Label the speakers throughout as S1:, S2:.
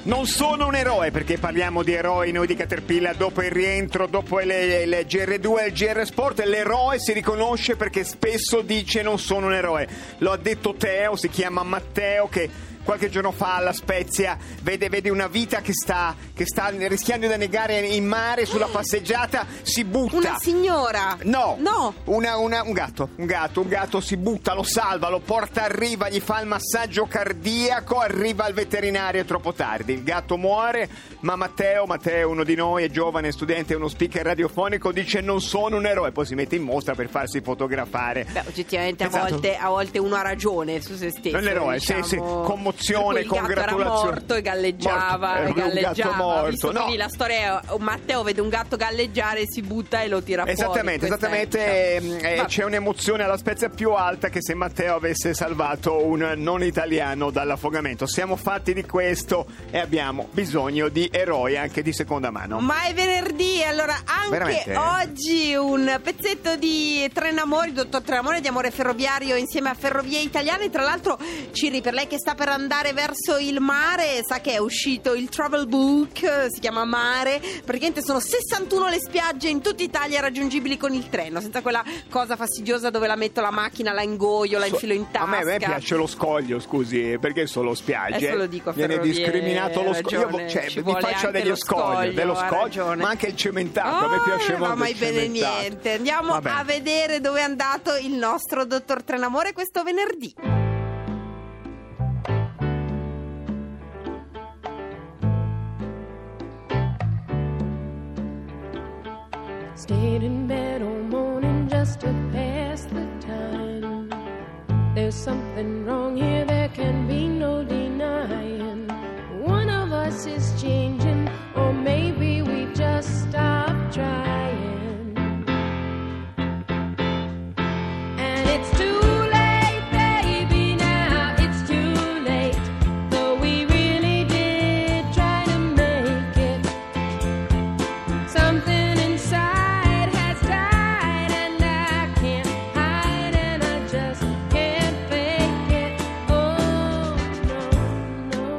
S1: Non sono un eroe, perché parliamo di eroi noi di Caterpillar dopo il rientro, dopo il GR2 e il GR Sport. L'eroe si riconosce perché spesso dice non sono un eroe. Lo ha detto Teo, si chiama Matteo, che qualche giorno fa alla Spezia vede una vita che sta rischiando di annegare in mare sulla passeggiata, si butta.
S2: Una signora?
S1: No. Un gatto si butta, lo salva, lo porta a riva, gli fa il massaggio cardiaco, arriva al veterinario, è troppo tardi, il gatto muore, ma Matteo, uno di noi, è giovane, studente, è uno speaker radiofonico, dice non sono un eroe, poi si mette in mostra per farsi fotografare.
S2: Beh, oggettivamente
S1: Esatto.
S2: a volte uno ha ragione su se stesso.
S1: Non l'eroe,
S2: diciamo.
S1: sì, commozione,
S2: il gatto
S1: congratulazioni.
S2: era morto e galleggiava.
S1: Un gatto morto.
S2: Visto,
S1: No.
S2: quindi la storia è Matteo vede un gatto galleggiare, si butta e lo tira fuori.
S1: Esattamente. C'è un'emozione alla Spezia più alta che se Matteo avesse salvato un non italiano dall'affogamento. Siamo fatti di questo e abbiamo bisogno di eroi anche di seconda mano.
S2: Ma è venerdì, allora anche
S1: Veramente?
S2: oggi un pezzetto di Trenamore, il dottor Trenamore di Amore Ferroviario insieme a Ferrovie Italiane. Tra l'altro, Ciri, per lei che sta per andare verso il mare, sa che è uscito il travel book, si chiama Mare. Praticamente sono 61 le spiagge in tutta Italia raggiungibili con il treno, senza quella cosa fastidiosa dove la metto la macchina, la ingoio, la infilo in tasca.
S1: A me piace lo scoglio, scusi, perché solo spiagge?
S2: Adesso lo dico a
S1: viene
S2: Ferrovie,
S1: discriminato lo scoglio.
S2: ci
S1: Mi
S2: vuole
S1: faccia
S2: anche
S1: dello
S2: lo
S1: scoglio, dello
S2: ha
S1: scoglio,
S2: ragione.
S1: ma anche il cementato. A me piace molto.
S2: Non va mai
S1: il
S2: bene
S1: cementato.
S2: niente. Andiamo
S1: Vabbè.
S2: a vedere dove è andato il nostro dottor Trenamore questo venerdì.
S3: Stayed in bed all morning just to pass the time. There's something wrong here, there can be no denying. One of us is changing, or maybe we just stopped trying. And it's too late, baby, now it's too late. Though we really did try to make it. Something inside has died and I can't hide and I just can't fake it. Oh no,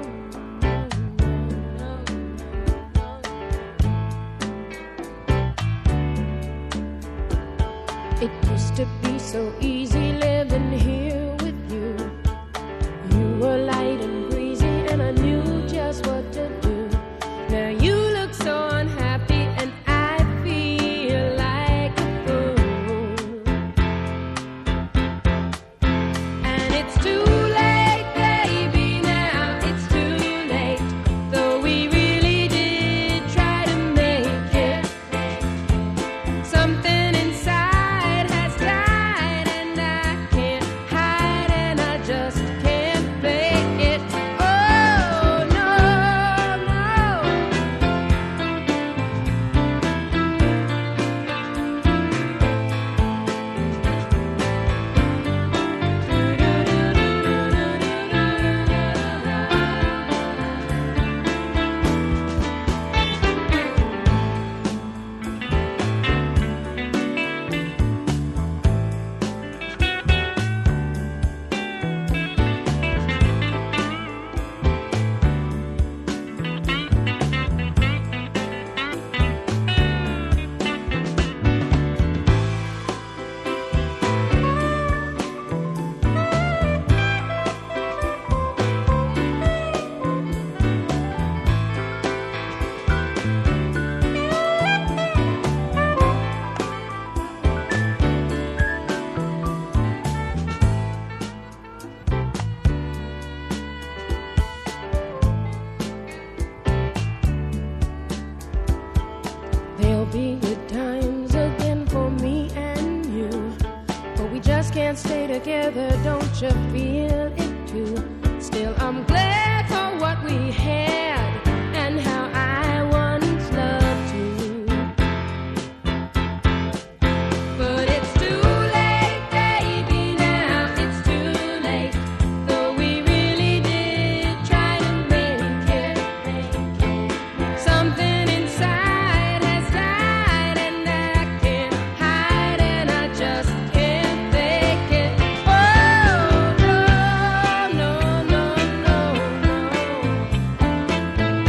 S3: it used to be so easy living here with you. You were light and breezy and I knew just what to do. Now you look so unhappy and I feel like a fool. And it's too late, baby, now it's too late. Though we really did try to make it. Something inside has died and I can't hide and I just can't fake it. Oh no, no. There'll be good times again for me and you, but we just can't stay together, don't you feel it too? Still, I'm glad for what we had and how I once loved you. But it's too late, baby, now it's too late. Though we really did try to make it. Something inside has died and I can't hide and I just can't fake it. Oh no, no, no, no, no.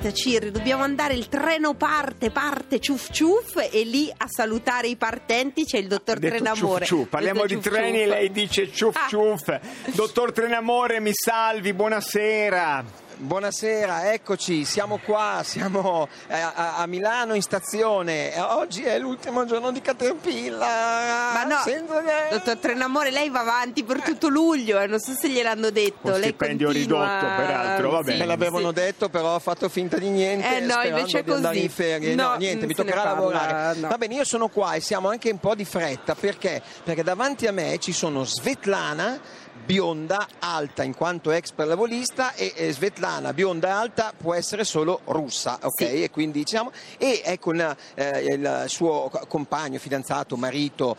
S2: Aspetta Ciri, dobbiamo andare, il treno parte ciuf ciuf, e lì a salutare i partenti c'è il dottor Trenamore.
S1: Ciuf. Parliamo di treni e lei dice ciuf ciuf. Dottor Trenamore, mi salvi, buonasera.
S4: Buonasera, eccoci, siamo qua, siamo a Milano in stazione. Oggi è l'ultimo giorno di Caterpillar.
S2: Ma no, dottor Trenamore, lei va avanti per tutto luglio, non so se gliel'hanno detto.
S1: Con stipendio ridotto, peraltro, va bene.
S4: Me l'avevano detto, però ho fatto finta di niente,
S2: no, invece
S4: di andare in ferie. No, niente, mi toccherà lavorare.
S2: No.
S4: Va bene, io sono qua e siamo anche un po' di fretta, perché davanti a me ci sono Svetlana, bionda, alta in quanto ex pallavolista, e Svetlana, bionda alta, può essere solo russa, ok? Sì. E quindi diciamo, e ecco il suo compagno, fidanzato, marito,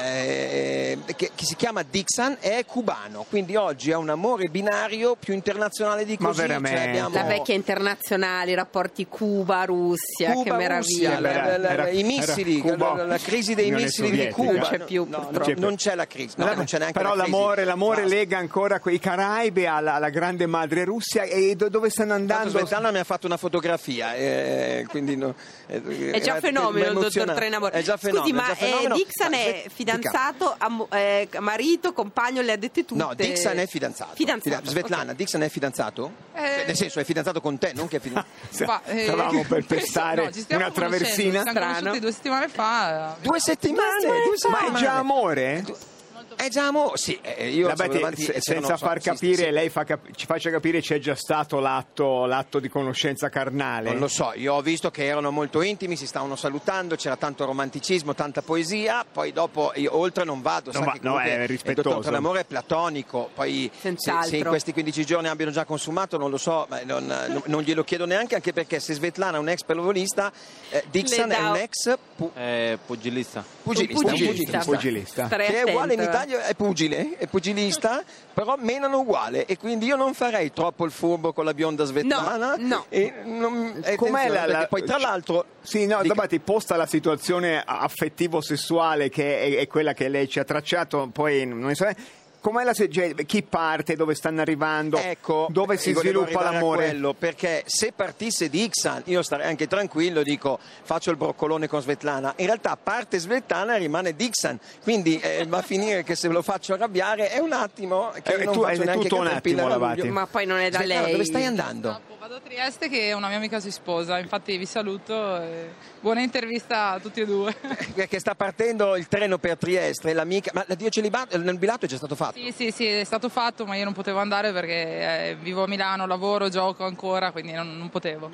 S4: che si chiama Dixon, è cubano, quindi oggi è un amore binario più internazionale di così.
S1: Ma veramente?
S2: Cioè abbiamo... La vecchia internazionale, i rapporti Cuba-Russia, che meraviglia.
S4: I missili, la crisi dei missili di Cuba.
S2: Non c'è più,
S4: non c'è la crisi, non c'è neanche
S1: però
S4: la crisi.
S1: l'amore lega ancora quei Caraibi alla grande madre Russia. E dove stanno andando?
S4: Svetlana mi ha fatto una fotografia, quindi
S2: è già fenomeno il dottor Trenamore.
S4: È già fenomeno.
S2: Scusi, ma Dixon è fidanzato, marito, compagno, le ha dette tutte?
S4: No, Dixon è fidanzato. Svetlana, okay. Dixon è fidanzato? Nel senso, è fidanzato con te, non che è fidanzato.
S1: Stavamo per pestare una traversina.
S5: Strano. 2 settimane fa.
S4: 2 settimane?
S1: Ma è già amore?
S4: È già amore, sì. Io
S1: senza far capire, lei ci faccia capire, c'è già stato l'atto di conoscenza carnale.
S4: Non lo so, io ho visto che erano molto intimi, si stavano salutando, c'era tanto romanticismo, tanta poesia, poi dopo io oltre non vado.
S1: È rispettoso.
S4: Il dottor Trenamore è platonico, poi se in questi 15 giorni abbiano già consumato non lo so, ma non glielo chiedo neanche, anche perché se Svetlana è un ex pallavolista, Dixon è un ex
S6: pugilista.
S1: Pugilista.
S4: Che è uguale in Italia, è pugilista, però menano uguale, e quindi io non farei troppo il furbo con la bionda Svetlana.
S2: No.
S1: Com'è
S4: poi tra l'altro
S1: posta la situazione affettivo-sessuale che è quella che lei ci ha tracciato, poi non so. Com'è chi parte, dove stanno arrivando,
S4: ecco,
S1: dove si sviluppa l'amore?
S4: Perché se partisse Dixon io starei anche tranquillo, dico faccio il broccolone con Svetlana. In realtà parte Svetlana e rimane Dixon, quindi va a finire che se lo faccio arrabbiare è un attimo che io non faccio neanche Caterpillar.
S2: Ma poi non è da
S4: Svetlana,
S2: lei.
S4: Dove stai andando?
S5: Vado a Trieste, che una mia amica si sposa, infatti vi saluto buona intervista a tutti e due.
S4: Che sta partendo il treno per Trieste, l'amica, ma l'addio celibato nel bilato è già stato fatto?
S5: Sì, è stato fatto, ma io non potevo andare perché vivo a Milano, lavoro, gioco ancora, quindi non potevo.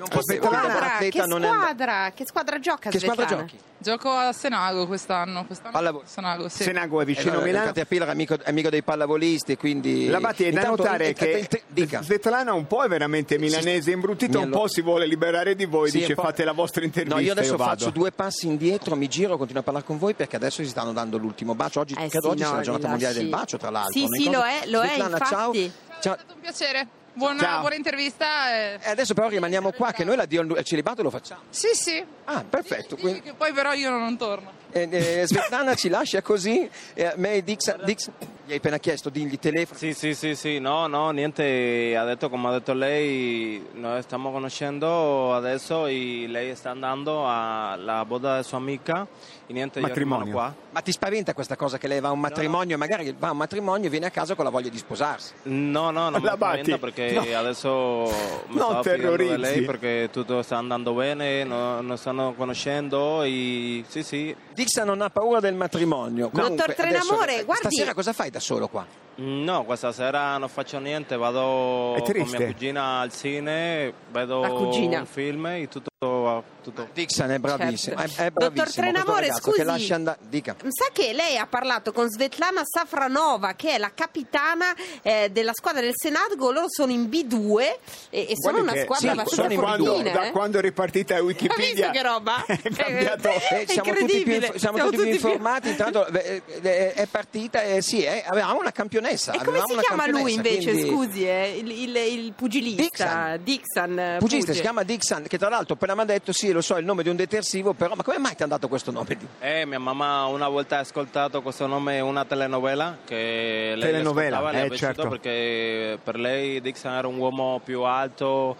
S2: Che squadra gioca?
S4: Che squadra giochi?
S5: Gioco a Senago quest'anno.
S4: Senago,
S5: sì.
S1: Senago è vicino a Milano.
S4: Caterpillar è amico dei pallavolisti, quindi
S1: Labati, è da notare che Svetlana un po' è veramente milanese imbruttito, un po' si vuole liberare di voi, dice fate la vostra intervista.
S4: No, io adesso faccio 2 passi indietro, mi giro, continuo a parlare con voi, perché adesso si stanno dando l'ultimo bacio. Oggi sia la giornata mondiale del bacio, tra l'altro.
S2: Sì, lo è,
S4: Svetlana,
S2: infatti.
S4: Ciao.
S5: È stato un piacere. Buona intervista.
S4: Adesso però rimaniamo qua, che noi l'addio al celibato lo facciamo.
S5: Sì.
S4: Ah, perfetto.
S5: Quindi che poi però io non torno.
S4: Svetlana ci lascia così. Me Dixon, gli hai appena chiesto, digli telefono.
S6: Sì, no, niente, ha detto, come ha detto lei, noi stiamo conoscendo adesso e lei sta andando alla boda della sua amica e niente,
S1: matrimonio.
S6: Io qua.
S4: Ma ti spaventa questa cosa che lei va a un matrimonio, magari va a un matrimonio e viene a casa con la voglia di sposarsi?
S6: No, non mi spaventa, perché adesso mi stavo fidando di lei, perché tutto sta andando bene, non stanno conoscendo e sì.
S4: Dixon non ha paura del matrimonio.
S2: Dottor Trenamore, guardi.
S4: Stasera cosa fai da solo qua?
S6: No, questa sera non faccio niente, vado con mia cugina al cine, vedo un film e tutto.
S4: Dixon è bravissimo,
S2: certo.
S4: è bravissimo.
S2: Dottor Trenamore, scusi,
S4: dica.
S2: Sa che lei ha parlato con Svetlana Safranova, che è la capitana della squadra del Senago, loro sono in B2 e sono una squadra abbastanza fortina.
S1: Da quando è ripartita Wikipedia,
S2: ha visto che roba?
S1: È cambiato.
S4: Siamo tutti più informati, intanto è partita, avevamo una campionessa promessa.
S2: E come
S4: avevamo
S2: si
S4: una
S2: chiama lui
S4: campionessa,
S2: invece,
S4: quindi-
S2: scusi, il pugilista? Dixon.
S4: Pugilista, si
S2: Puge.
S4: chiama Dixon, che tra l'altro appena mi ha detto sì, lo so, il nome di un detersivo, però ma come mai ti hanno dato questo nome?
S6: Mia mamma una volta ha ascoltato questo nome in una telenovela che lei
S1: Telenovela,
S6: ascoltava, le è piaciuto
S1: certo.
S6: perché per lei Dixon era un uomo più alto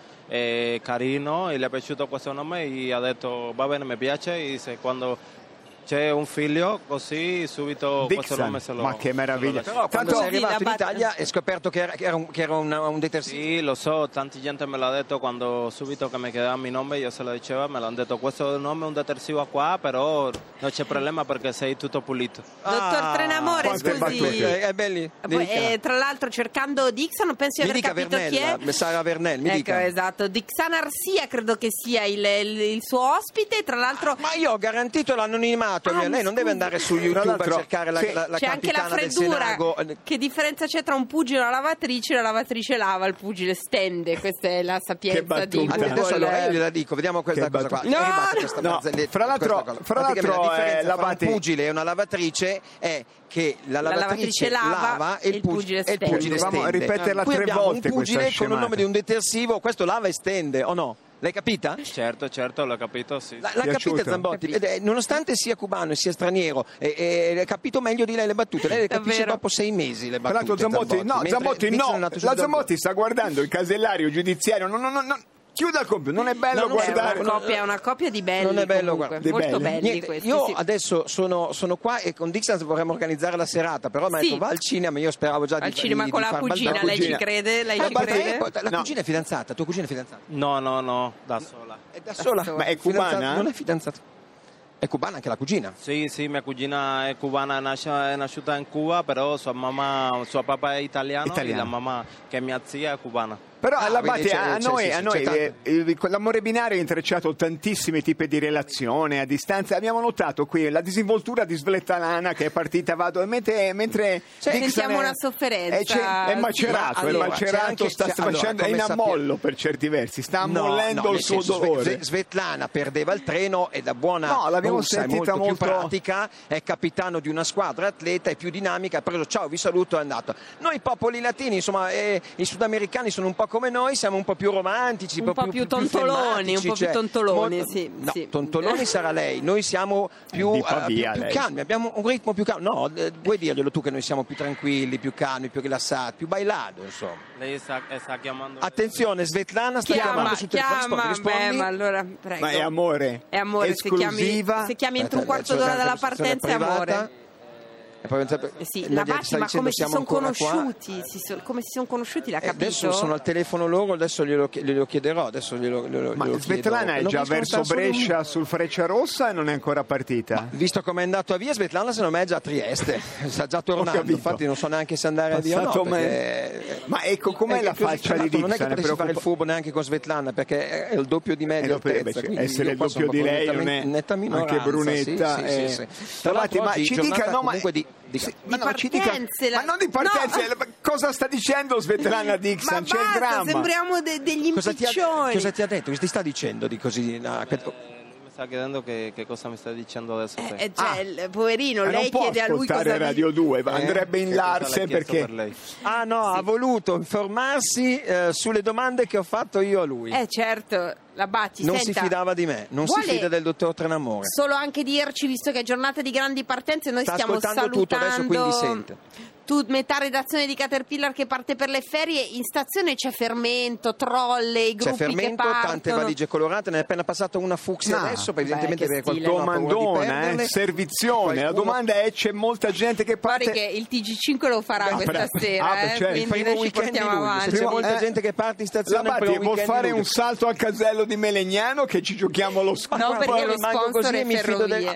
S6: e carino e le è piaciuto questo nome e ha detto va bene, mi piace, e se quando c'è un figlio così subito questo
S1: Dixon,
S6: nome se lo
S1: ma che meraviglia.
S4: Però quando
S1: Tanto-
S4: sei arrivato
S2: Sì,
S4: in
S2: la
S4: Italia hai scoperto che era un detersivo.
S6: Sì, lo so, tanta gente me l'ha detto quando subito che mi chiedevano il nome, io se lo dicevo, me l'hanno detto questo nome è un detersivo qua, però non c'è problema perché sei tutto pulito.
S2: Dottor Trenamore,
S1: quante
S2: scusi.
S1: battute.
S4: È belli.
S2: Poi, tra l'altro cercando Dixon, penso di
S4: Mi
S2: aver
S4: dica
S2: capito chi è.
S4: Vernella, Sara Vernel, mi
S2: Ecco,
S4: dica.
S2: esatto, Dixon Arsia credo che sia il suo ospite, tra l'altro
S4: Ma io ho garantito l'anonimato,
S2: Ah,
S4: lei non deve andare su
S1: Tra
S4: YouTube a
S1: l'altro,
S4: cercare
S1: sì,
S4: la
S2: c'è anche la
S4: capitana del
S2: freddura.
S4: Senago.
S2: Che differenza c'è tra un pugile e una lavatrice? La lavatrice lava, il pugile stende. Questa è la sapienza di
S1: battuta.
S2: Google.
S4: Adesso allora io gliela dico, vediamo questa
S1: Che
S4: cosa qua.
S1: battuta.
S4: È
S2: No,
S4: arrivata questa
S1: no.
S4: barzelletta,
S1: Fra l'altro-
S4: questa cosa.
S1: fra l'altro,
S4: Praticamente la differenza tra
S1: lavate-
S4: un pugile e una lavatrice è che la lavatrice lava e il pugile stende.
S1: Dobbiamo ripeterla
S4: Qui
S1: 3
S4: abbiamo
S1: volte
S4: un pugile
S1: questa
S4: con il nome
S1: scemata.
S4: di un detersivo, questo lava e stende, o no? L'hai capita?
S6: Certo, l'ho capito, sì.
S4: L'ha
S1: Piaciuto?
S4: capita Zambotti?
S2: Capito.
S4: Nonostante sia cubano e sia straniero, ha capito meglio di lei le battute. Lei le capisce
S2: Davvero.
S4: dopo 6 mesi le
S1: Tra
S4: battute.
S1: l'altro Zambotti, no,
S4: mentre
S1: Zambotti
S4: Dixon
S1: no,
S4: è nato
S1: la
S4: subito
S1: Zambotti sta guardando il casellario giudiziario, no. Chiuda il computer, non è bello
S4: No, non è
S1: guardare.
S2: È una coppia di belli.
S4: Non è bello,
S2: comunque.
S4: guarda.
S2: Molto
S1: Di
S2: belli
S4: Niente,
S2: questi.
S4: io
S2: sì.
S4: adesso sono qua e con Dixon vorremmo organizzare la serata, però mi ha
S2: Sì.
S4: detto va al cinema, io speravo già
S2: Al
S4: di
S2: cinema con la
S4: far
S2: cugina,
S4: balzare.
S2: lei ci crede? Lei ci
S4: Ma
S2: crede?
S4: la
S1: No.
S4: cugina è fidanzata, tua cugina è fidanzata?
S6: No, da sola.
S4: È da sola.
S2: sola.
S1: Ma è cubana?
S4: Fidanzata, non è fidanzata. È cubana anche la cugina.
S6: Sì, mia cugina è cubana, è nasciuta in Cuba, però suo papà è italiano e la mamma, che è mia zia, è cubana.
S1: Però alla
S4: quindi
S1: Batti,
S4: c'è-
S1: a
S4: c'è-
S1: noi,
S4: sì,
S1: a
S4: sì,
S1: noi
S4: c'è
S1: con l'amore binario ha intrecciato tantissimi tipi di relazione a distanza. Abbiamo notato qui la disinvoltura di Svetlana che è partita, mentre Dixon
S2: Sentiamo una sofferenza.
S1: è macerato,
S2: Sì,
S1: è
S4: allora,
S1: macerato,
S4: c'è anche-
S1: sta
S4: c'è- allora,
S1: facendo, è
S4: come
S1: in
S4: sappiamo-
S1: ammollo per certi versi, sta
S4: No,
S1: ammollendo
S4: nel
S1: il suo
S4: senso,
S1: dolore.
S4: Svetlana perdeva il treno e da buona
S1: No, l'abbiamo
S4: russa è
S1: sentita
S4: molto più
S1: molto-
S4: pratica, è capitano di una squadra, atleta, è più dinamica, ha preso ciao, vi saluto, è andato. Noi popoli latini, insomma, i sudamericani sono un po' come noi, siamo un po' più romantici,
S2: Un po' più tontoloni, un po' più tontoloni,
S4: molto-
S2: sì,
S4: no,
S2: sì.
S4: tontoloni sarà lei, noi siamo più,
S1: Di Pavia,
S4: più
S1: lei.
S4: calmi, abbiamo un ritmo più calmo. No, vuoi dirglielo tu che noi siamo più tranquilli, più calmi, più rilassati, più bailado, insomma.
S6: Lei sta chiamando.
S4: Attenzione, Svetlana sta chiamando sul telefono, rispondi.
S2: ma allora, prego.
S1: Ma è amore.
S2: È amore,
S1: esclusiva.
S2: se chiami entro un
S4: Aspetta,
S2: quarto d'ora dalla
S4: conversazione
S2: partenza è amore.
S4: privata. E poi
S2: Sì,
S4: Nadia
S2: la
S4: ti
S2: Batti,
S4: sta
S2: ma
S4: dicendo,
S2: come si
S4: siamo
S2: sono
S4: ancora qua.
S2: conosciuti? Come si sono conosciuti, l'ha capito?
S4: Adesso sono al telefono loro, adesso glielo chiederò. Adesso glielo
S1: Ma
S4: chiedo.
S1: Svetlana è
S4: Non
S1: già
S4: riescono a
S1: verso
S4: stare solo in-
S1: Brescia sul Frecciarossa e non è ancora partita?
S4: Visto come è andato a via, Svetlana secondo me è già a Trieste, sta già tornando.
S1: capito.
S4: Infatti non so neanche se andare a via o no.
S1: Passato
S4: perché-
S1: Ma ecco, com'è la
S4: così,
S1: faccia
S4: tra
S1: di
S4: l'altro, non è che
S1: Dixon?
S4: potresti fare il furbo neanche con Svetlana perché è il doppio di me
S1: È
S4: di
S1: il doppio-
S4: altezza,
S1: beh,
S4: quindi
S1: essere
S4: io
S1: il
S4: qua sono
S1: doppio di
S4: proprio
S1: lei non è
S4: netta minoranza,
S1: anche brunetta,
S4: sì,
S1: eh.
S4: sì, sì.
S1: Tra l'altro, ma
S4: oggi
S1: ci dica,
S4: giornata
S1: no, ma-
S4: comunque di
S1: Ma
S2: Di
S1: no, ci dica-
S2: partenze,
S1: ma non di partenze,
S2: no.
S1: Ma cosa sta dicendo Svetlana Dixon?
S2: Ma
S1: C'è il
S2: basta,
S1: dramma.
S2: sembriamo degli
S4: cosa ti
S2: impiccioni.
S4: ha detto? Cosa ti sta dicendo di così? No,
S6: Lui mi sta chiedendo che cosa mi sta dicendo adesso. te.
S2: Il poverino,
S1: Ma
S2: lei
S1: non può
S2: chiede a lui
S1: ascoltare
S2: cosa
S1: Radio 2, andrebbe in
S6: Che cosa
S1: Larsen
S6: l'ha chiesto
S1: perché
S6: per lei?
S4: Ah no, ha voluto informarsi sulle domande che ho fatto io a lui.
S2: certo, la Batti,
S4: Non
S2: senta,
S4: si fidava di me, non
S2: vuole
S4: si fida del dottor Trenamore.
S2: solo anche dirci, visto che è giornata di grandi partenze, noi
S4: Sta
S2: stiamo
S4: ascoltando tutto, adesso quindi
S2: salutando
S4: sente.
S2: metà redazione di Caterpillar che parte per le ferie. In stazione c'è fermento, trolley,
S4: C'è
S2: gruppi che
S4: fermento,
S2: partono.
S4: tante valigie colorate, ne è appena passata una fucsia
S1: No,
S4: adesso, evidentemente
S2: beh, che
S4: perché
S2: stile.
S4: qualcuno ha paura di
S1: domandona,
S4: perderle.
S1: servizione. La
S4: Qualcuno-
S1: domanda è: c'è molta gente che
S2: Guardi
S1: parte?
S2: che il TG5 lo farà
S1: Ah,
S2: questa
S1: beh,
S2: sera,
S1: beh, certo.
S2: quindi
S4: Primo
S2: noi ci
S4: weekend di
S2: portiamo
S4: luglio,
S2: avanti.
S4: se c'è molta
S1: Eh,
S4: gente che parte in
S1: La
S4: stazione il
S1: Batti
S4: primo
S1: vuol
S4: weekend di
S1: fare
S4: luglio.
S1: un salto al casello di Melegnano che ci giochiamo lo scopo.
S2: No, perché lo
S4: rimango
S2: sponsor
S4: così
S2: è
S4: e mi fido
S2: Ferrovie.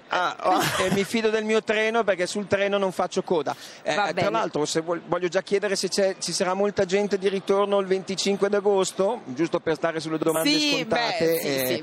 S4: e mi fido del mio treno perché sul treno non faccio coda.
S2: Va
S4: Tra
S2: bene.
S4: l'altro se voglio già chiedere se ci sarà molta gente di ritorno il 25 d'agosto, giusto per stare sulle domande scontate.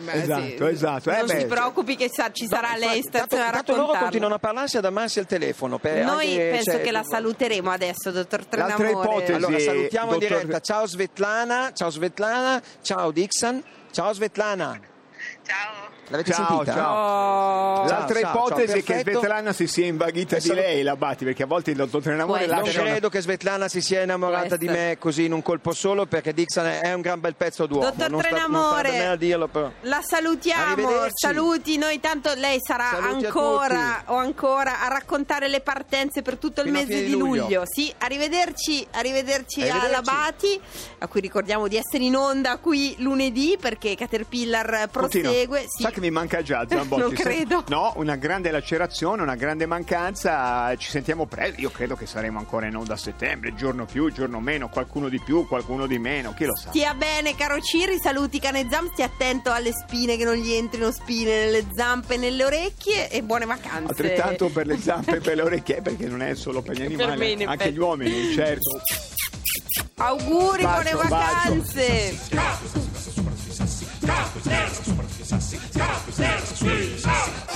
S1: Esatto.
S2: Non
S1: beh,
S2: si preoccupi che ci sarà lei in stazione a
S4: Tanto loro
S2: raccontarlo.
S4: continuano a parlarsi e ad amarsi al telefono.
S2: Noi penso
S4: cioè,
S2: che la saluteremo adesso, dottor
S1: L'altra
S2: Trenamore.
S1: ipotesi-
S4: Allora salutiamo in
S1: dottor-
S4: diretta. Ciao Svetlana, ciao Dixon, ciao Dixon, ciao Svetlana.
S7: Ciao.
S4: L'avete
S1: Ciao,
S4: sentita?
S1: ciao. L'altra
S4: Ciao,
S1: ipotesi è che
S4: perfetto.
S1: Svetlana si sia invaghita di lei, la Batti, perché a volte il dottor Trenamore
S2: Non
S4: Non
S1: lascia una...
S4: credo che Svetlana si sia innamorata di me così in un colpo solo, perché Dixon è un gran bel pezzo d'uomo.
S2: Dottor
S4: non
S2: Trenamore,
S4: sta me a dirlo, però.
S2: la salutiamo,
S4: Arrivederci.
S2: saluti, noi tanto lei sarà
S4: Saluti a
S2: ancora a raccontare le partenze per tutto il
S4: Fino a
S2: mese
S4: fine
S2: di
S4: di
S2: luglio.
S4: luglio.
S2: Sì, arrivederci
S4: Arrivederci.
S2: alla Bati, a cui ricordiamo di essere in onda qui lunedì perché Caterpillar
S1: Continua.
S2: prosegue. Sì.
S1: Sa che mi manca già Zambotti?
S2: Non credo.
S1: No, una grande lacerazione, una grande mancanza. Ci sentiamo presto. Io credo che saremo ancora in onda a settembre, giorno più, giorno meno, qualcuno di più, qualcuno di meno, chi lo sa.
S2: Stia bene caro Ciri, saluti cane Zam, stia attento alle spine, che non gli entrino spine nelle zampe e nelle orecchie e buone vacanze.
S1: Altrettanto per le zampe e per le orecchie, perché non è solo per gli animali,
S2: me,
S1: anche
S2: per-
S1: gli uomini, certo.
S2: Auguri,
S1: Bacio,
S2: buone
S1: bacio.
S2: vacanze.